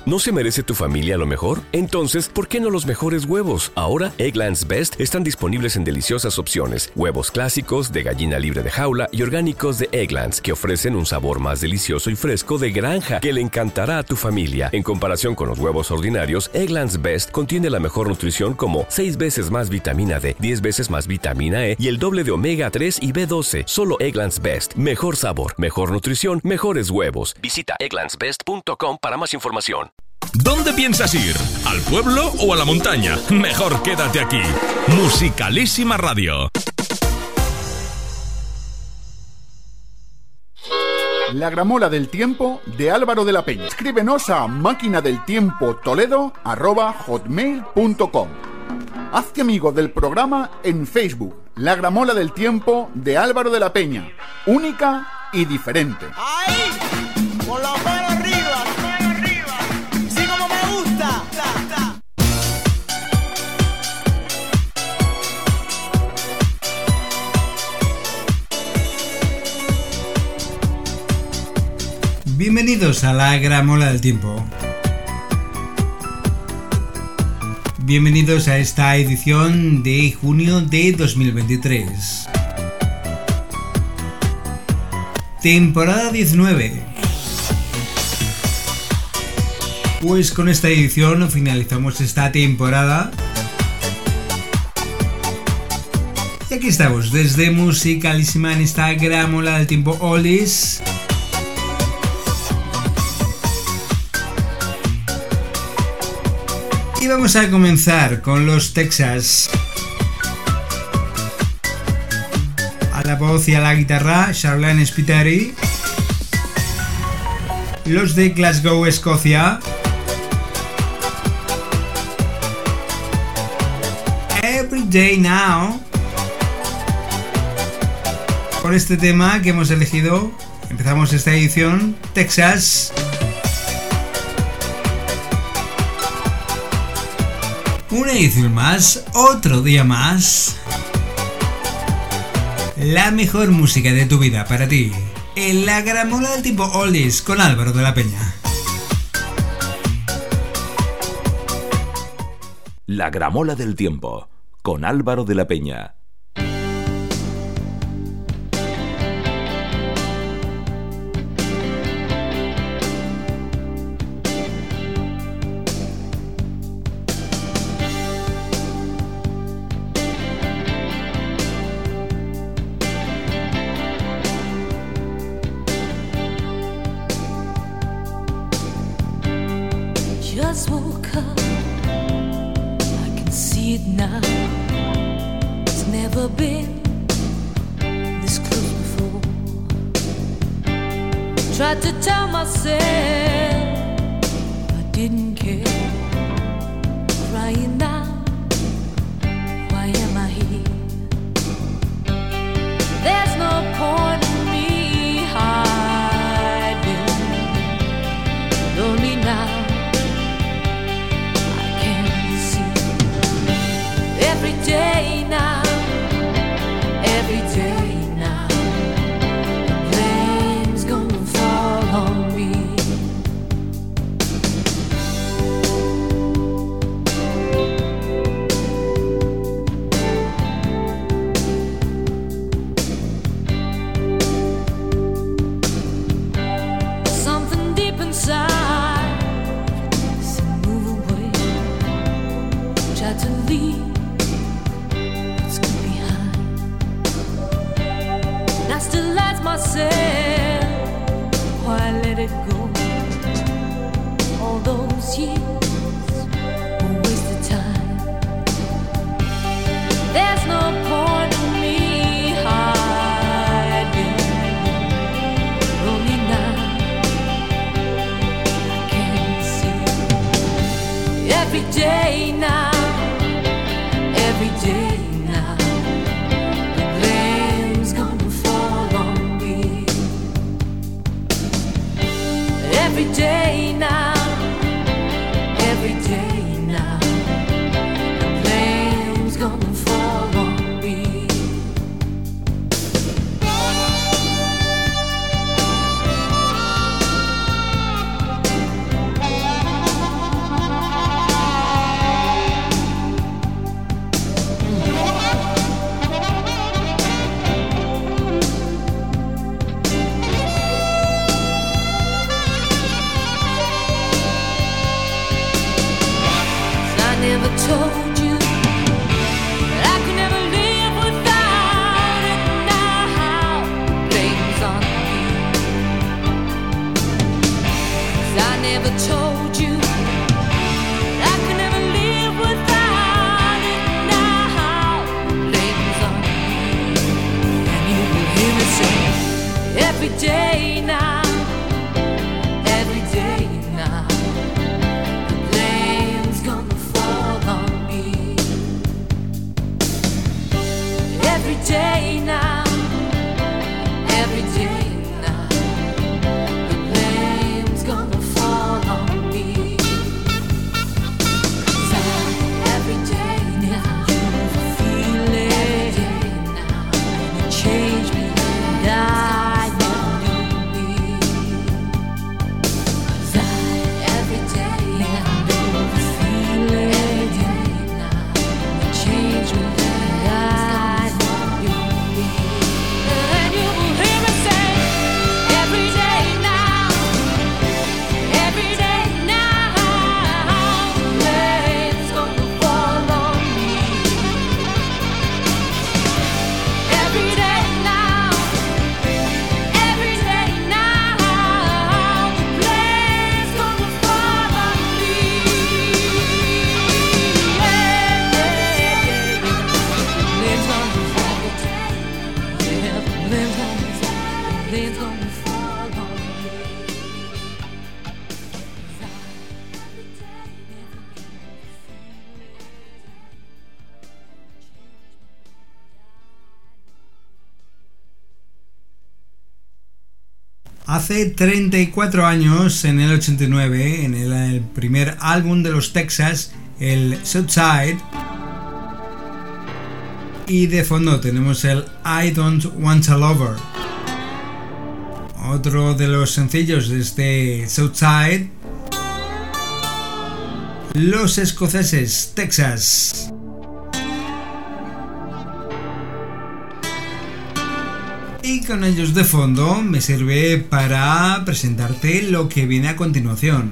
¿No se merece tu familia lo mejor? Entonces, ¿por qué no los mejores huevos? Ahora, Eggland's Best están disponibles en deliciosas opciones. Huevos clásicos, de gallina libre de jaula y orgánicos de Eggland's, que ofrecen un sabor más delicioso y fresco de granja que le encantará a tu familia. En comparación con los huevos ordinarios, Eggland's Best contiene la mejor nutrición como 6 veces más vitamina D, 10 veces más vitamina E y el doble de omega 3 y B12. Solo Eggland's Best. Mejor sabor, mejor nutrición, mejores huevos. Visita egglandsbest.com para más información. ¿Dónde piensas ir? ¿Al pueblo o a la montaña? Mejor quédate aquí. Musicalísima Radio. La gramola del tiempo de Álvaro de la Peña. Escríbenos a maquinadeltiempotoledo@hotmail.com. Hazte amigo del programa en Facebook. La gramola del tiempo de Álvaro de la Peña. Única y diferente. ¡Ahí! Con la mano arriba, así como me gusta. Bienvenidos a la gramola del tiempo. Bienvenidos a esta edición de junio de 2023. Temporada 19. Pues con esta edición finalizamos esta temporada. Y aquí estamos, desde Musicalísima en esta gramola del tiempo Oldies. Y vamos a comenzar con los Texas. A la voz y a la guitarra, Charlene Spiteri. Los de Glasgow, Escocia. Every Day Now. Por este tema que hemos elegido, empezamos esta edición, Texas. Una edición más, otro día más. La mejor música de tu vida para ti. En la gramola del tiempo Oldies con Álvaro de la Peña. La gramola del tiempo con Álvaro de la Peña. Just woke up, I can see it now. It's never been this close before. Tried to tell myself I didn't care. Crying now, why am I here? There's no point in me hiding. Lonely now. Every day now, the rain's gonna fall on me. Something deep inside said move away, tried to leave. I still ask myself why I let it go. All those years were wasted time. There's no point in me hiding. Only now I can see. Every day now, every day. Every day now, every day now, the blame's gonna fall on me. never told you that I could never live without it. Now blame's on me, 'cause I never told you that I could never live without it. Now blame's on me, and you will hear me say every day now. Day now, every day now, the blame's gonna fall on me. 'Cause every day now, you feel it now, you change me and I never knew me. 'Cause every day now, you feel it now, you change me and I. Hace 34 años, en el 89, en el primer álbum de los Texas, el Southside, y de fondo tenemos el I Don't Want a Lover. Otro de los sencillos de este Southside, los escoceses Texas. Y con ellos de fondo me sirve para presentarte lo que viene a continuación.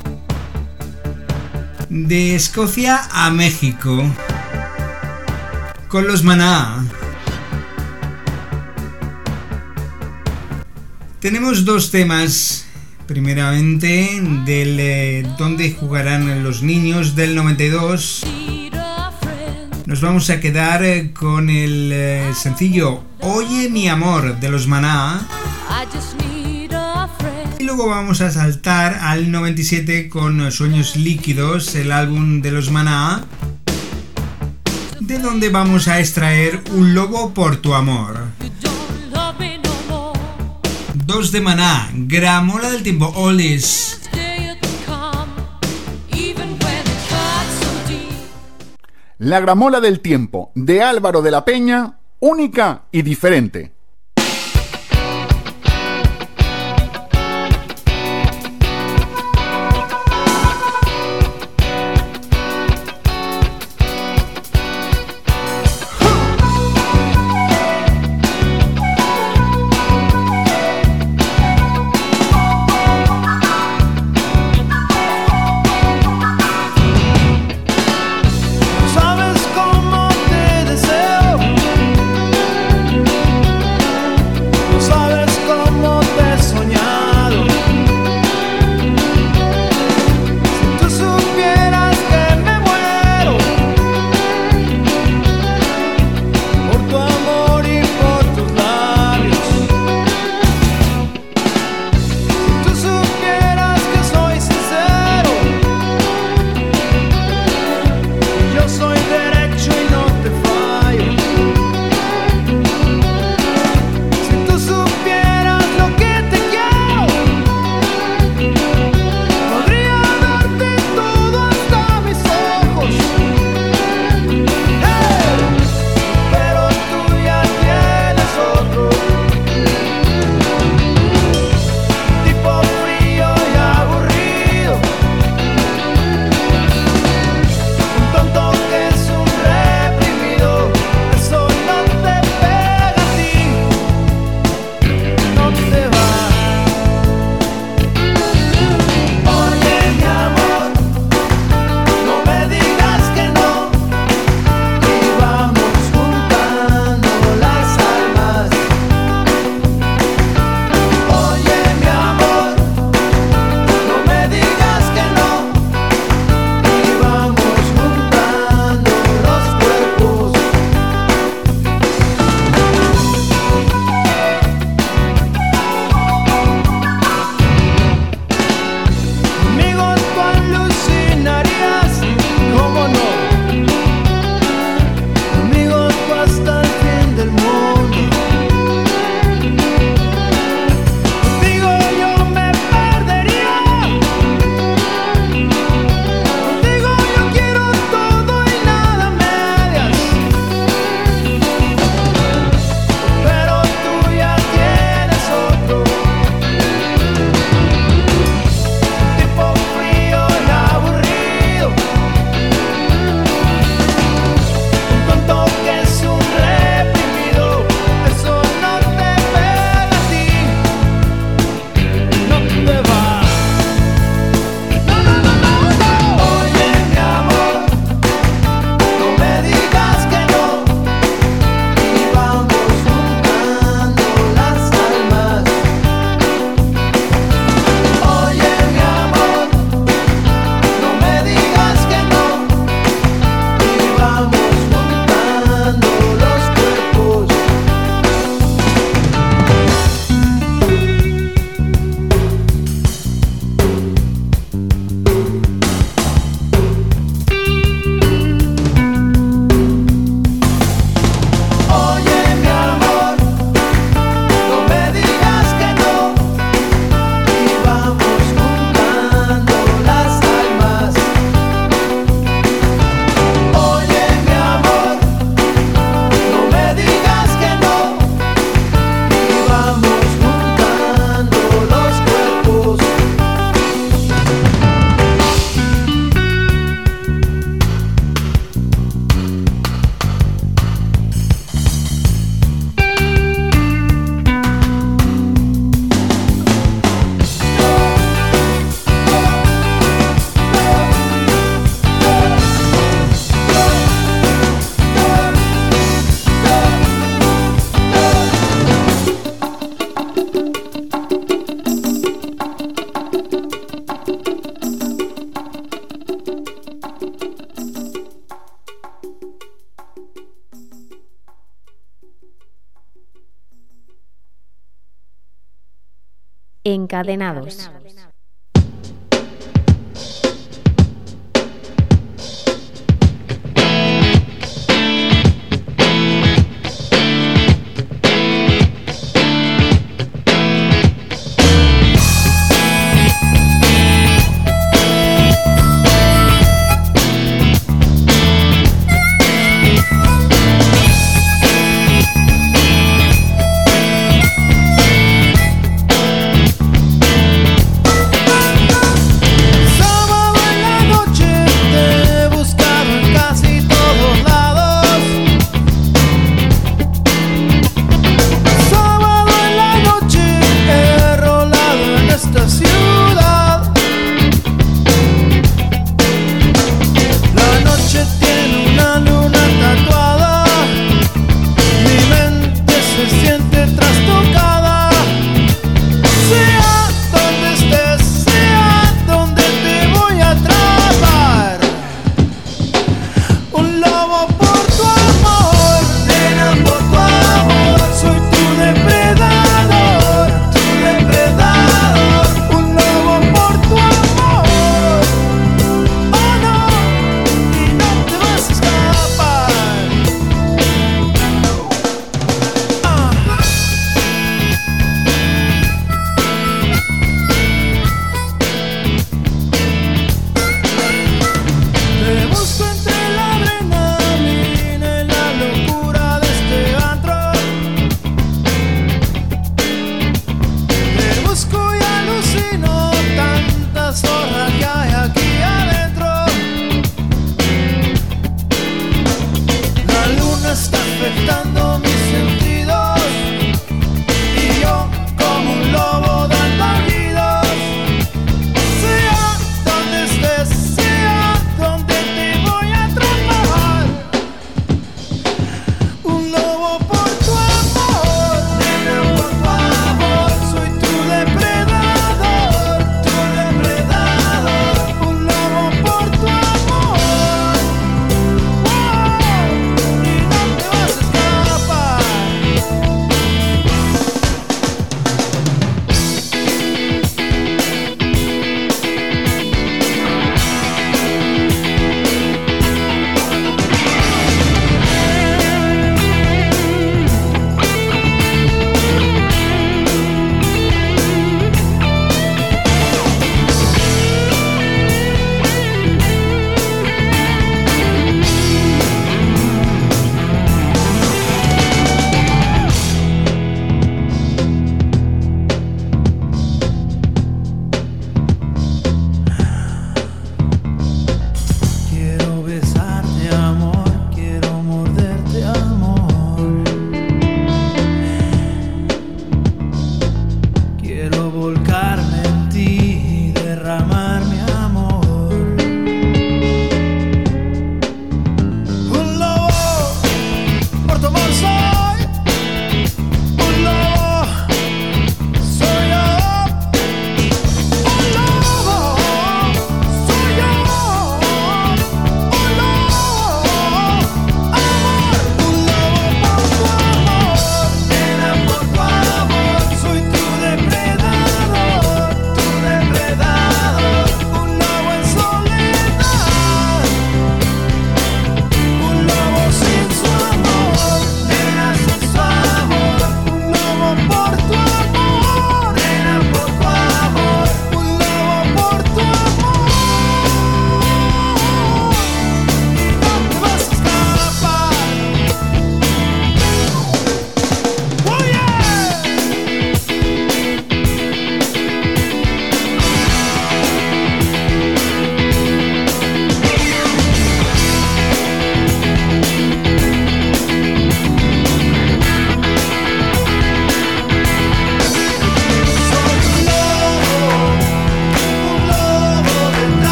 De Escocia a México, con los Maná. Tenemos dos temas. Primeramente del Donde jugarán los niños del 92. Nos vamos a quedar con el sencillo Oye mi amor de los Maná. Y luego vamos a saltar al 97 con Sueños líquidos, el álbum de los Maná, de donde vamos a extraer Un lobo por tu amor. Dos de Maná, Gramola del tiempo oldies. La gramola del tiempo de Álvaro de la Peña, única y diferente. Sabes cómo te deseo. Encadenados.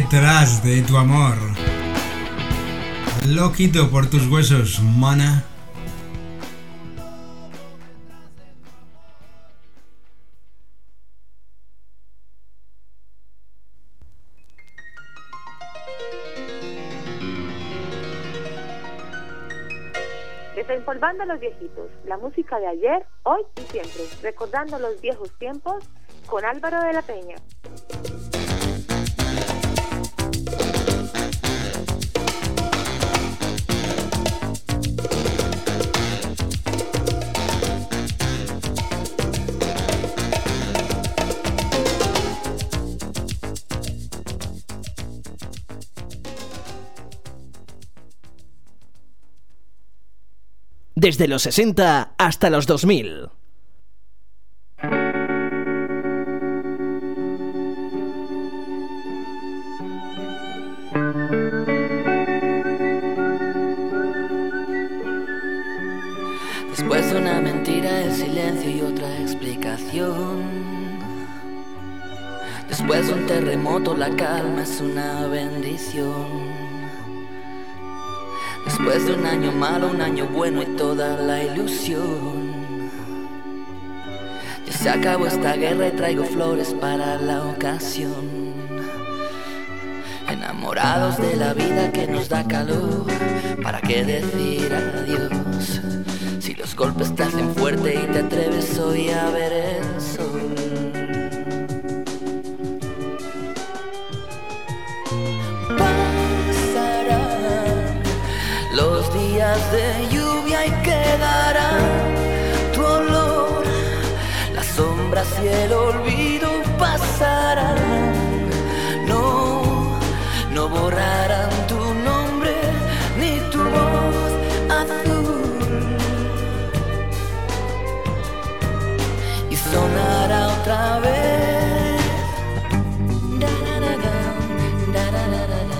detrás de tu amor. Loquito por tus huesos, mana. Desempolvando a los viejitos, la música de ayer, hoy y siempre, recordando los viejos tiempos con Álvaro de la Peña. Desde los 60 hasta los 2000. Después de una mentira, el silencio y otra explicación. Después de un terremoto, la calma es una bendición. Después de un año malo, un año bueno y toda la ilusión. Ya se acabó esta guerra y traigo flores para la ocasión. Enamorados de la vida que nos da calor, ¿para qué decir adiós? Si los golpes te hacen fuerte y te atreves hoy a ver el sol. Los días de lluvia y quedará tu olor. Las sombras y el olvido pasarán. No borrarán tu nombre ni tu voz azul. Y sonará otra vez. Da, da, da, da, da, da, da, da.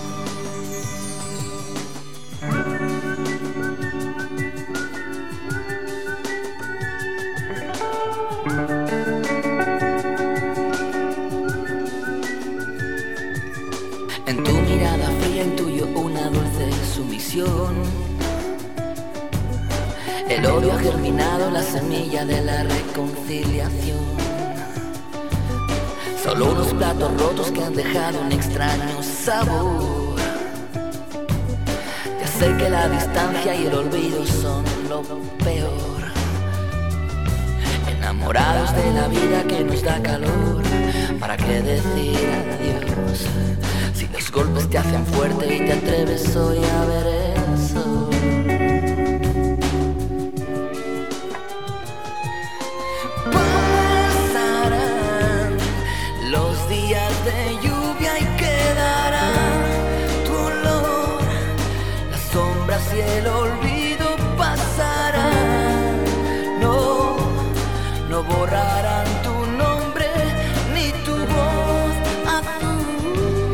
En tu mirada fría intuyo una dulce sumisión. El odio ha germinado la semilla de la reconciliación. Solo unos platos rotos que han dejado un extraño sabor. Ya sé que la distancia y el olvido son lo peor. Enamorados de la vida que nos da calor, ¿para qué decir adiós? Si los golpes te hacen fuerte y te atreves hoy a ver el sol. Pasarán los días de lluvia y quedará tu olor. Las sombras y el olvido pasarán. No borrarán tu nombre ni tu voz azul.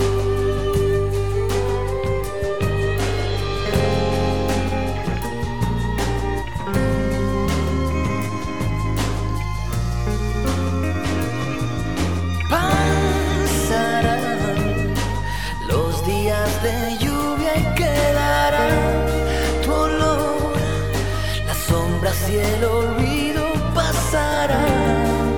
Pasarán los días de lluvia y quedará tu olor. Las sombras y el olvido pasarán.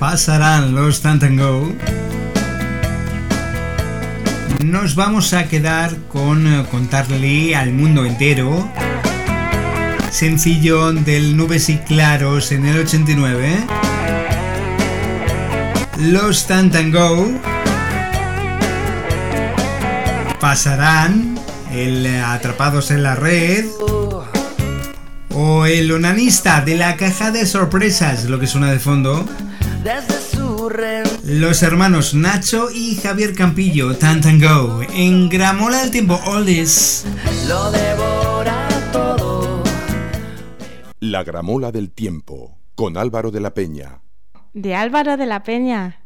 Pasarán los Stand and Go. Nos vamos a quedar con Contarle al mundo entero, sencillo del Nubes y Claros en el 89. Los Stand and Go. Pasarán el Atrapados en la Red o el Onanista de la Caja de Sorpresas, lo que suena de fondo. Los hermanos Nacho y Javier Campillo, Stand and Go, en Gramola del Tiempo Oldies. Lo devora todo. La Gramola del Tiempo, con Álvaro de la Peña. De Álvaro de la Peña.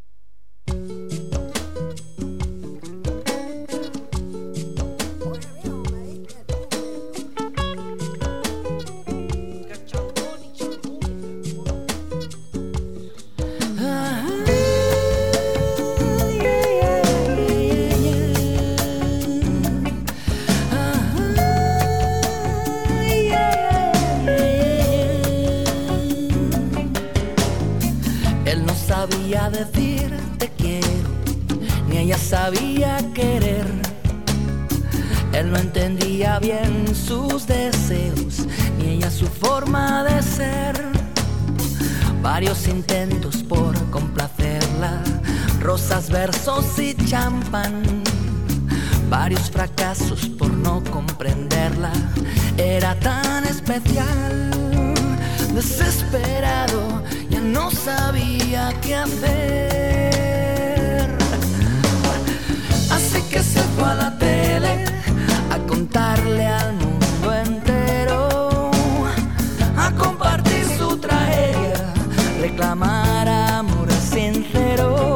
Sabía decir te quiero, ni ella sabía querer. Él no entendía bien sus deseos, ni ella su forma de ser. Varios intentos por complacerla, rosas, versos y champán. Varios fracasos por no comprenderla. Era tan especial, desesperado, ya no sabía qué hacer. Así que se fue a la tele a contarle al mundo entero, a compartir su tragedia, reclamar amor sincero.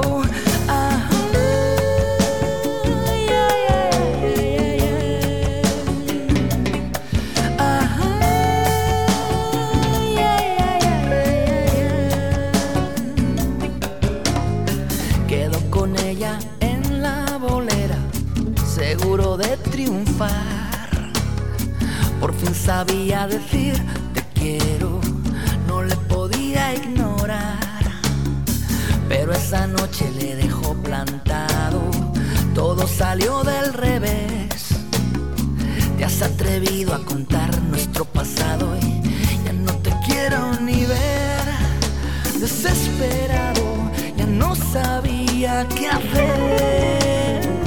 Seguro de triunfar, por fin sabía decir te quiero, no le podía ignorar. Pero esa noche le dejó plantado, todo salió del revés. Te has atrevido a contar nuestro pasado y ya no te quiero ni ver. Desesperado, ya no sabía qué hacer.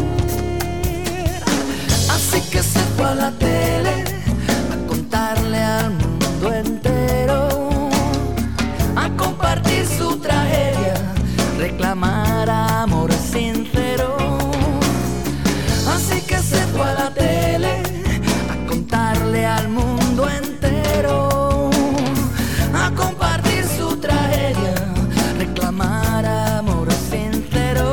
Así que se fue a la tele a contarle al mundo entero, a compartir su tragedia, reclamar amor sincero. Así que se fue a la tele a contarle al mundo entero, a compartir su tragedia, reclamar amor sincero.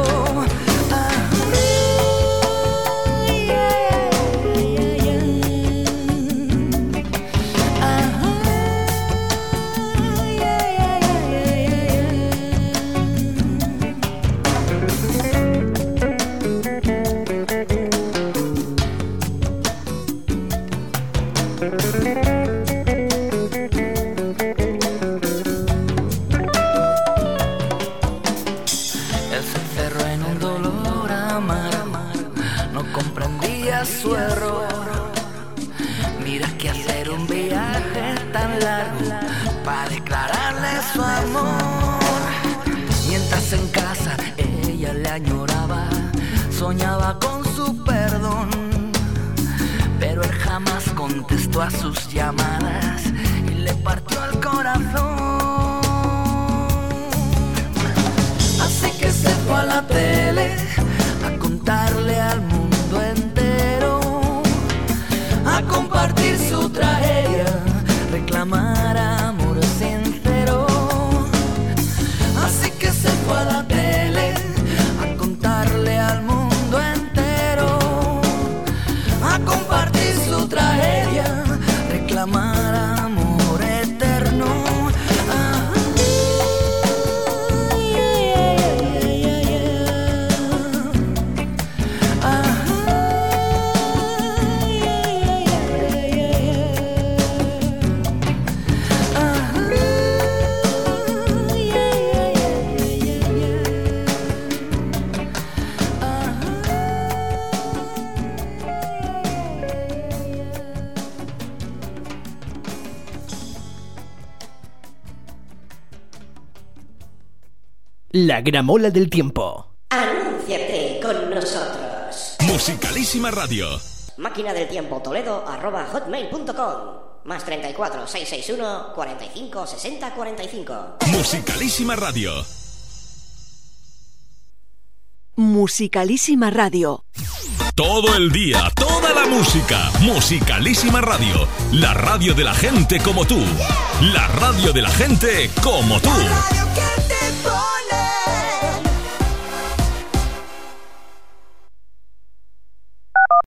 Su error. Mira que hacer un viaje tan largo para declararle su amor. Mientras en casa ella le añoraba, soñaba con su perdón, pero él jamás contestó a sus llamadas y le partió el corazón. Así que se fue a la tele a contarle al mundo entero, a compartir su tragedia, reclamar amor sincero. Así que se fue a la tele a contarle al mundo entero, a compartir su tragedia, reclamar amor eterno. La gramola del tiempo. Anúnciate con nosotros. Musicalísima Radio. Máquina del tiempo Toledo @hotmail.com. Más 34 661 45 60 45. Musicalísima Radio. Musicalísima Radio. Todo el día, toda la música. Musicalísima Radio. La radio de la gente como tú. La radio de la gente como tú.